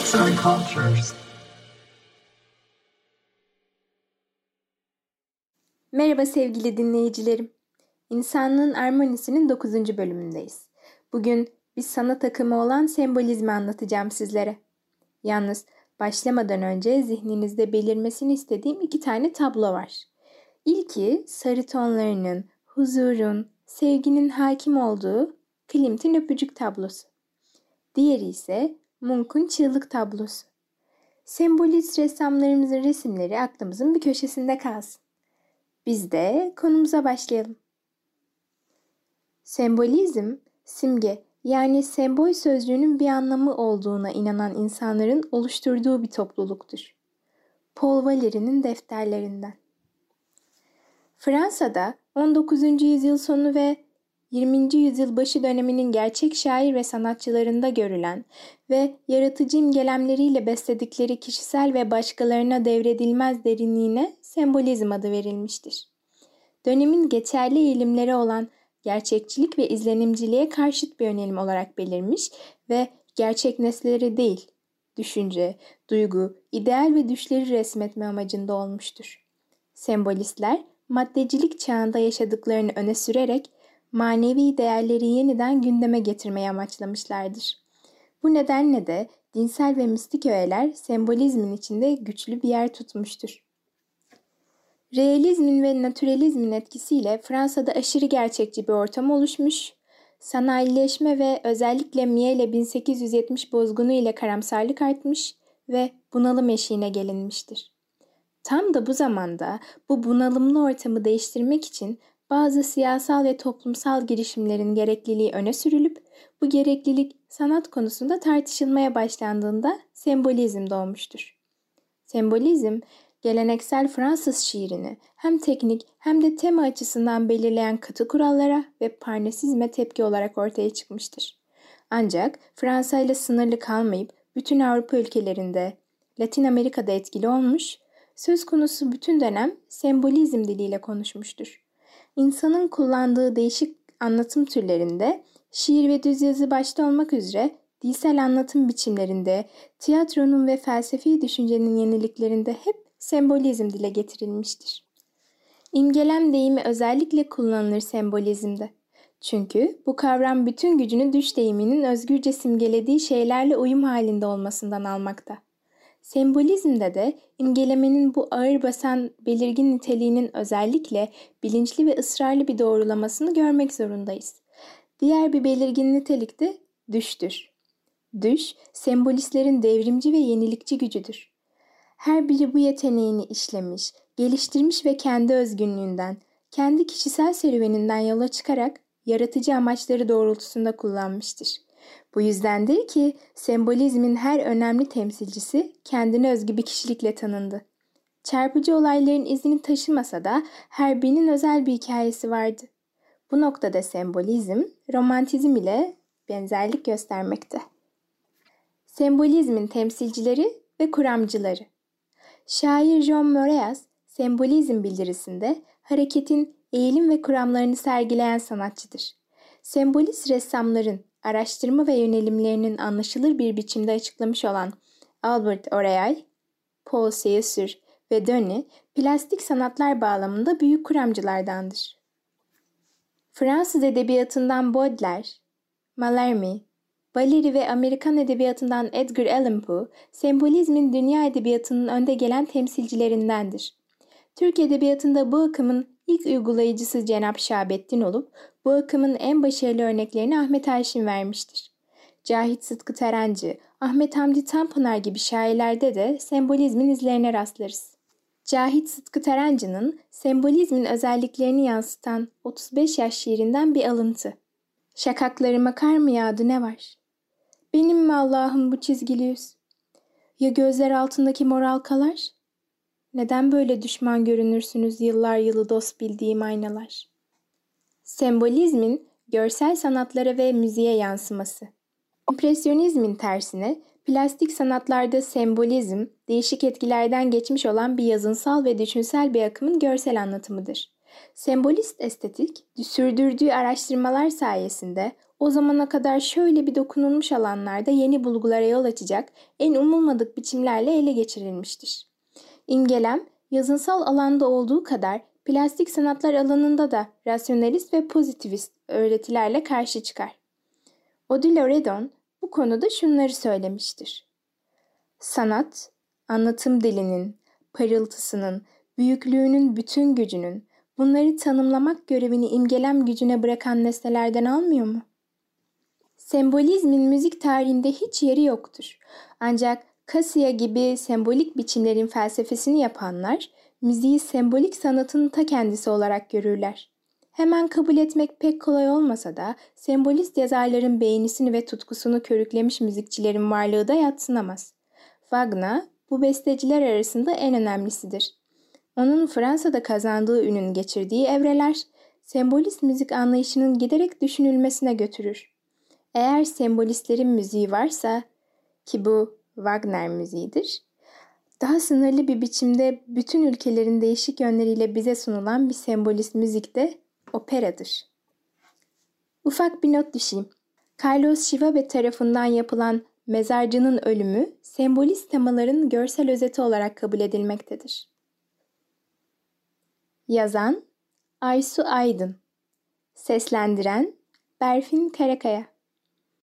Arts and Cultures. Merhaba sevgili dinleyicilerim. İnsanlığın Armonisi'nin 9. bölümündeyiz. Bugün bir sanat akımı olan sembolizmi anlatacağım sizlere. Yalnız başlamadan önce zihninizde belirmesini istediğim 2 tane tablo var. İlki sarı tonlarının, huzurun, sevginin hakim olduğu Klimt'in öpücük tablosu. Diğeri ise Munch'un çığlık tablosu. Sembolist ressamlarımızın resimleri aklımızın bir köşesinde kalsın. Biz de konumuza başlayalım. Sembolizm, simge yani sembol sözcüğünün bir anlamı olduğuna inanan insanların oluşturduğu bir topluluktur. Paul Valéry'nin defterlerinden. Fransa'da 19. yüzyıl sonu ve 20. yüzyıl başı döneminin gerçek şair ve sanatçılarında görülen ve yaratıcı imgelemleriyle besledikleri kişisel ve başkalarına devredilmez derinliğine sembolizm adı verilmiştir. Dönemin geçerli eğilimleri olan gerçekçilik ve izlenimciliğe karşıt bir yönelim olarak belirmiş ve gerçek nesneleri değil, düşünce, duygu, ideal ve düşleri resmetme amacında olmuştur. Sembolistler, maddecilik çağında yaşadıklarını öne sürerek manevi değerleri yeniden gündeme getirmeyi amaçlamışlardır. Bu nedenle de dinsel ve mistik öğeler sembolizmin içinde güçlü bir yer tutmuştur. Realizmin ve naturalizmin etkisiyle Fransa'da aşırı gerçekçi bir ortam oluşmuş, sanayileşme ve özellikle Miele 1870 bozgunu ile karamsarlık artmış ve bunalım eşiğine gelinmiştir. Tam da bu zamanda bu bunalımlı ortamı değiştirmek için bazı siyasal ve toplumsal girişimlerin gerekliliği öne sürülüp bu gereklilik sanat konusunda tartışılmaya başlandığında sembolizm doğmuştur. Sembolizm, geleneksel Fransız şiirini hem teknik hem de tema açısından belirleyen katı kurallara ve parnasizme tepki olarak ortaya çıkmıştır. Ancak Fransa ile sınırlı kalmayıp bütün Avrupa ülkelerinde, Latin Amerika'da etkili olmuş, söz konusu bütün dönem sembolizm diliyle konuşmuştur. İnsanın kullandığı değişik anlatım türlerinde, şiir ve düz yazı başta olmak üzere dilsel anlatım biçimlerinde, tiyatronun ve felsefi düşüncenin yeniliklerinde hep sembolizm dile getirilmiştir. İmgelem deyimi özellikle kullanılır sembolizmde. Çünkü bu kavram bütün gücünü düş deyiminin özgürce simgelediği şeylerle uyum halinde olmasından almakta. Sembolizmde de imgelemenin bu ağır basan belirgin niteliğinin özellikle bilinçli ve ısrarlı bir doğrulamasını görmek zorundayız. Diğer bir belirgin nitelik de düştür. Düş, sembolistlerin devrimci ve yenilikçi gücüdür. Her biri bu yeteneğini işlemiş, geliştirmiş ve kendi özgünlüğünden, kendi kişisel serüveninden yola çıkarak yaratıcı amaçları doğrultusunda kullanmıştır. Bu yüzdendir ki sembolizmin her önemli temsilcisi kendine özgü bir kişilikle tanındı. Çarpıcı olayların izini taşımasa da her birinin özel bir hikayesi vardı. Bu noktada sembolizm, romantizm ile benzerlik göstermekte. Sembolizmin temsilcileri ve kuramcıları. Şair Jean Moreas, sembolizm bildirisinde hareketin eğilim ve kuramlarını sergileyen sanatçıdır. Sembolist ressamların araştırma ve yönelimlerinin anlaşılır bir biçimde açıklamış olan Albert Oreay, Paul Seyssur ve Denis, plastik sanatlar bağlamında büyük kuramcılardandır. Fransız edebiyatından Baudelaire, Mallarmé, Valéry ve Amerikan edebiyatından Edgar Allan Poe, sembolizmin dünya edebiyatının önde gelen temsilcilerindendir. Türk edebiyatında bu akımın ilk uygulayıcısı Cenap Şahabettin olup, bu akımın en başarılı örneklerini Ahmet Haşim vermiştir. Cahit Sıtkı Tarancı, Ahmet Hamdi Tanpınar gibi şairlerde de sembolizmin izlerine rastlarız. Cahit Sıtkı Tarancı'nın sembolizmin özelliklerini yansıtan 35 yaş şiirinden bir alıntı. Şakaklarıma kar mı yağdı ne var? Benim mi Allah'ım bu çizgili yüz? Ya gözler altındaki mor halkalar? Neden böyle düşman görünürsünüz yıllar yılı dost bildiğim aynalar? Sembolizmin görsel sanatlara ve müziğe yansıması. İmpresyonizmin tersine plastik sanatlarda sembolizm, değişik etkilerden geçmiş olan bir yazınsal ve düşünsel bir akımın görsel anlatımıdır. Sembolist estetik, sürdürdüğü araştırmalar sayesinde o zamana kadar şöyle bir dokunulmuş alanlarda yeni bulgulara yol açacak en umulmadık biçimlerle ele geçirilmiştir. İmgelem, yazınsal alanda olduğu kadar plastik sanatlar alanında da rasyonalist ve pozitivist öğretilerle karşı çıkar. Odile Redon bu konuda şunları söylemiştir. Sanat, anlatım dilinin, parıltısının, büyüklüğünün bütün gücünün, bunları tanımlamak görevini imgelem gücüne bırakan nesnelerden almıyor mu? Sembolizmin müzik tarihinde hiç yeri yoktur. Ancak Cassia gibi sembolik biçimlerin felsefesini yapanlar, müziği sembolik sanatın ta kendisi olarak görürler. Hemen kabul etmek pek kolay olmasa da, sembolist yazarların beğenisini ve tutkusunu körüklemiş müzikçilerin varlığı da yadsınamaz. Wagner, bu besteciler arasında en önemlisidir. Onun Fransa'da kazandığı ünün geçirdiği evreler, sembolist müzik anlayışının giderek düşünülmesine götürür. Eğer sembolistlerin müziği varsa, ki bu Wagner müziğidir, daha sınırlı bir biçimde bütün ülkelerin değişik yönleriyle bize sunulan bir sembolist müzik de operadır. Ufak bir not düşeyim. Carlos Schwabe tarafından yapılan Mezarcının Ölümü, sembolist temaların görsel özeti olarak kabul edilmektedir. Yazan Aysu Aydın, seslendiren Berfin Karakaya.